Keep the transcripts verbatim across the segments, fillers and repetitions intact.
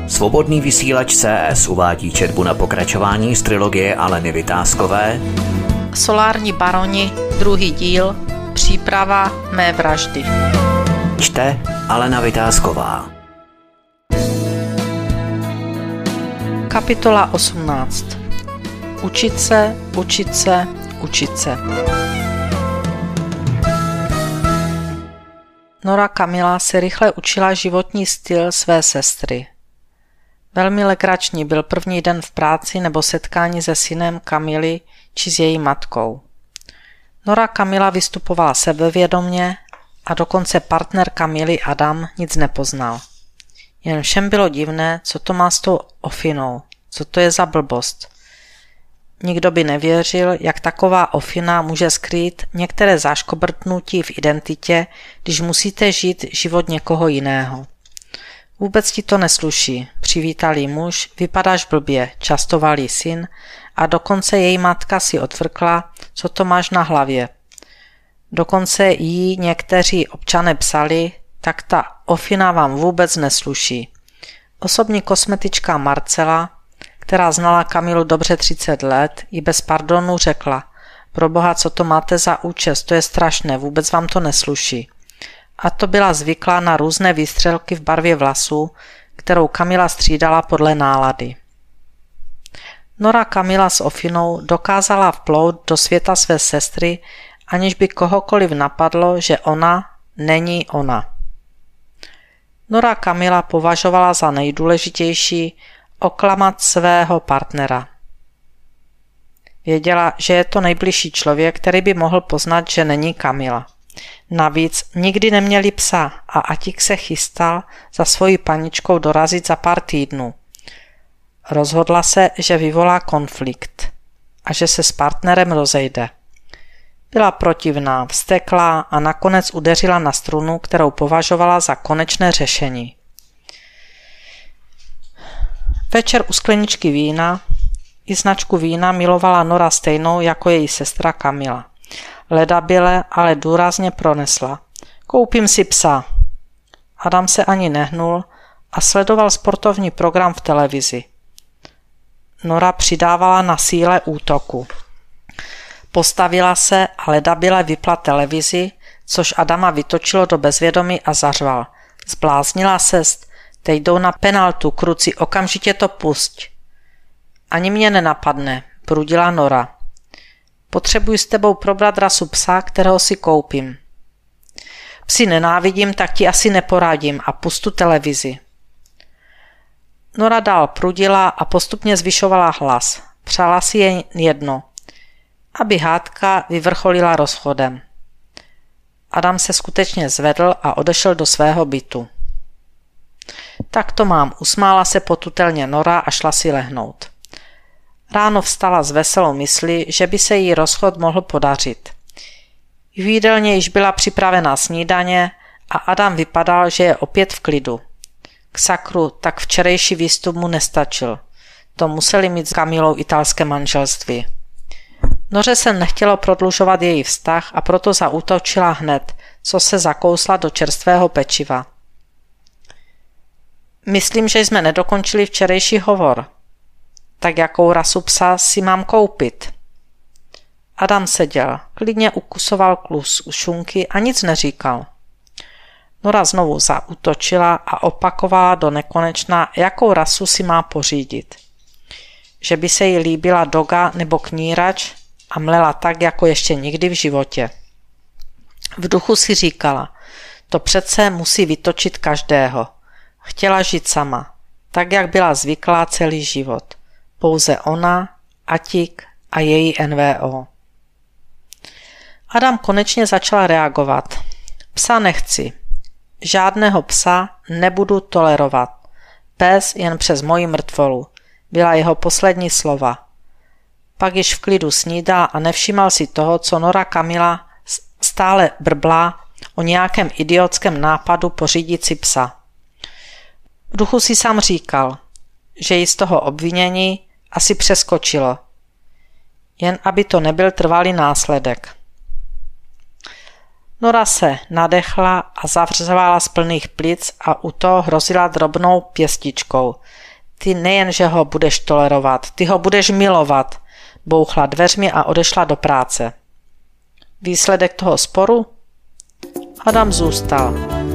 Svobodný vysílač C S uvádí četbu na pokračování z trilogie Aleny Vytázkové Solární baroni, druhý díl, příprava mé vraždy. Čte Alena Vytázková. Kapitola osmnáct. Učit se, učit se, učit se. Nora Kamila se rychle učila životní styl své sestry. Velmi legrační byl první den v práci nebo setkání se synem Kamily či s její matkou. Nora Kamila vystupovala sebevědomně a dokonce partner Kamily Adam nic nepoznal. Jen všem bylo divné, co to má s tou ofinou, co to je za blbost. Nikdo by nevěřil, jak taková ofina může skrýt některé záškobrtnutí v identitě, když musíte žít život někoho jiného. Vůbec ti to nesluší, přivítal jí muž, vypadáš blbě, častoval jí syn a dokonce její matka si odvrkla, co to máš na hlavě. Dokonce jí někteří občané psali, tak ta ofina vám vůbec nesluší. Osobní kosmetička Marcela, která znala Kamilu dobře třicet let, jí bez pardonu řekla: proboha, co to máte za účest, to je strašné, vůbec vám to nesluší. A to byla zvyklá na různé výstřelky v barvě vlasů, kterou Kamila střídala podle nálady. Nora Kamila s ofinou dokázala vplout do světa své sestry, aniž by kohokoliv napadlo, že ona není ona. Nora Kamila považovala za nejdůležitější oklamat svého partnera. Věděla, že je to nejbližší člověk, který by mohl poznat, že není Kamila. Navíc nikdy neměli psa a Atík se chystal za svojí paničkou dorazit za pár týdnů. Rozhodla se, že vyvolá konflikt a že se s partnerem rozejde. Byla protivná, vzteklá a nakonec udeřila na strunu, kterou považovala za konečné řešení. Večer u skleničky vína i značku vína milovala Nora stejnou jako její sestra Kamila. Ledabyle, ale důrazně pronesla: koupím si psa. Adam se ani nehnul a sledoval sportovní program v televizi. Nora přidávala na síle útoku. Postavila se a ledabyle vypla televizi, což Adama vytočilo do bezvědomí a zařval: zbláznila sest, teď jdou na penaltu, kruci, okamžitě to pusť. Ani mě nenapadne, prudila Nora. Potřebuji s tebou probrat rasu psa, kterého si koupím. Psi nenávidím, tak ti asi neporadím a pustu televizi. Nora dál prudila a postupně zvyšovala hlas. Přála si jen jedno, aby hádka vyvrcholila rozchodem. Adam se skutečně zvedl a odešel do svého bytu. Tak to mám, usmála se potutelně Nora a šla si lehnout. Ráno vstala s veselou myslí, že by se jí rozchod mohl podařit. V jídelně již byla připravená snídaně a Adam vypadal, že je opět v klidu. K sakru, tak včerejší výstup mu nestačil. To museli mít s Kamilou italské manželství. Noře se nechtělo prodlužovat její vztah a proto zaútočila hned, co se zakousla do čerstvého pečiva. Myslím, že jsme nedokončili včerejší hovor. Tak jakou rasu psa si mám koupit? Adam seděl, klidně ukusoval klus u šunky a nic neříkal. Nora znovu zaútočila a opakovala do nekonečna, jakou rasu si má pořídit. Že by se jí líbila doga nebo knírač a mlela tak, jako ještě nikdy v životě. V duchu si říkala, to přece musí vytočit každého. Chtěla žít sama, tak jak byla zvyklá celý život. Pouze ona, Atík a její N V O. Adam konečně začal reagovat. Psa nechci. Žádného psa nebudu tolerovat. Pes jen přes moji mrtvolu. Byla jeho poslední slova. Pak již v klidu snídal a nevšímal si toho, co Nora Kamila stále brblá o nějakém idiotském nápadu pořídit si psa. V duchu si sám říkal, že jí z toho obvinění asi Nora se nadechla a zavřela z plných plic a u toho hrozila drobnou pěstičkou. Ty nejenže ho budeš tolerovat, ty ho budeš milovat, bouchla dveřmi a odešla do práce. Výsledek toho sporu? Adam zůstal.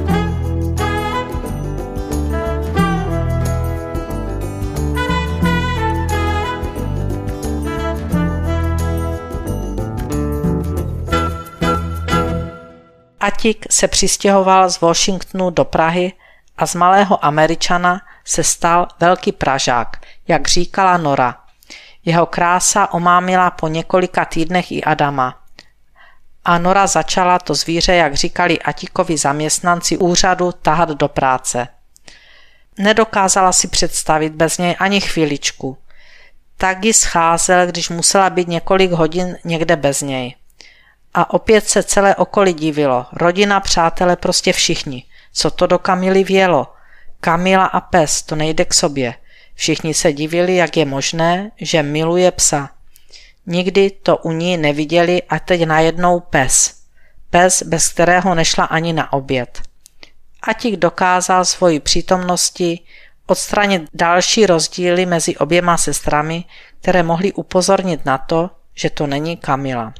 Atik se přistěhoval z Washingtonu do Prahy a z malého Američana se stal velký Pražák, jak říkala Nora. Jeho krása omámila po několika týdnech i Adama. A Nora začala to zvíře, jak říkali Atikovi zaměstnanci úřadu, tahat do práce. Nedokázala si představit bez něj ani chvíličku. Tak ji scházel, když musela být několik hodin někde bez něj. A opět se celé okolí divilo. Rodina, přátelé, prostě všichni. Co to do Kamily vělo? Kamila a pes, to nejde k sobě. Všichni se divili, jak je možné, že miluje psa. Nikdy to u ní neviděli a teď najednou pes. Pes, bez kterého nešla ani na oběd. Atik dokázal svojí přítomností odstranit další rozdíly mezi oběma sestrami, které mohly upozornit na to, že to není Kamila.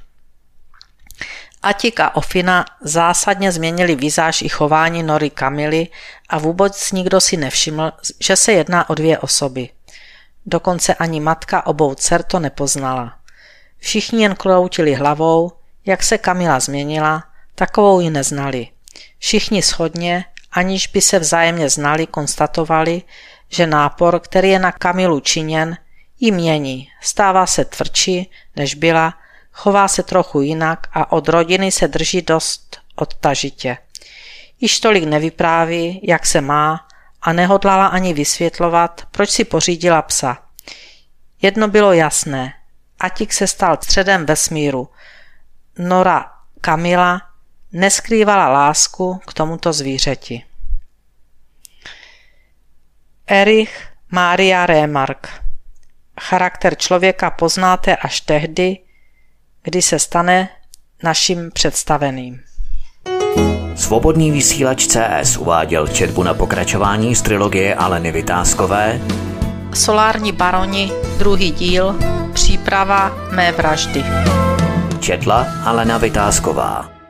Atik a Ofina zásadně změnili vizáž i chování Nory Kamily a vůbec nikdo si nevšiml, že se jedná o dvě osoby. Dokonce ani matka obou dcer to nepoznala. Všichni jen kroutili hlavou, jak se Kamila změnila, takovou ji neznali. Všichni shodně, aniž by se vzájemně znali, konstatovali, že nápor, který je na Kamilu činěn, ji mění, stává se tvrdší, než byla, chová se trochu jinak a od rodiny se drží dost odtažitě. Již tolik nevypráví, jak se má, a nehodlala ani vysvětlovat, proč si pořídila psa. Jedno bylo jasné, Atik se stal středem vesmíru. Nora Kamila neskrývala lásku k tomuto zvířeti. Erich Maria Remarque. Charakter člověka poznáte až tehdy, kdy se stane naším představeným. Svobodný vysílač C S uváděl četbu na pokračování z trilogie Aleny Vytázkové Solární baroni, druhý díl, příprava mé vraždy. Četla Alena Vytázková.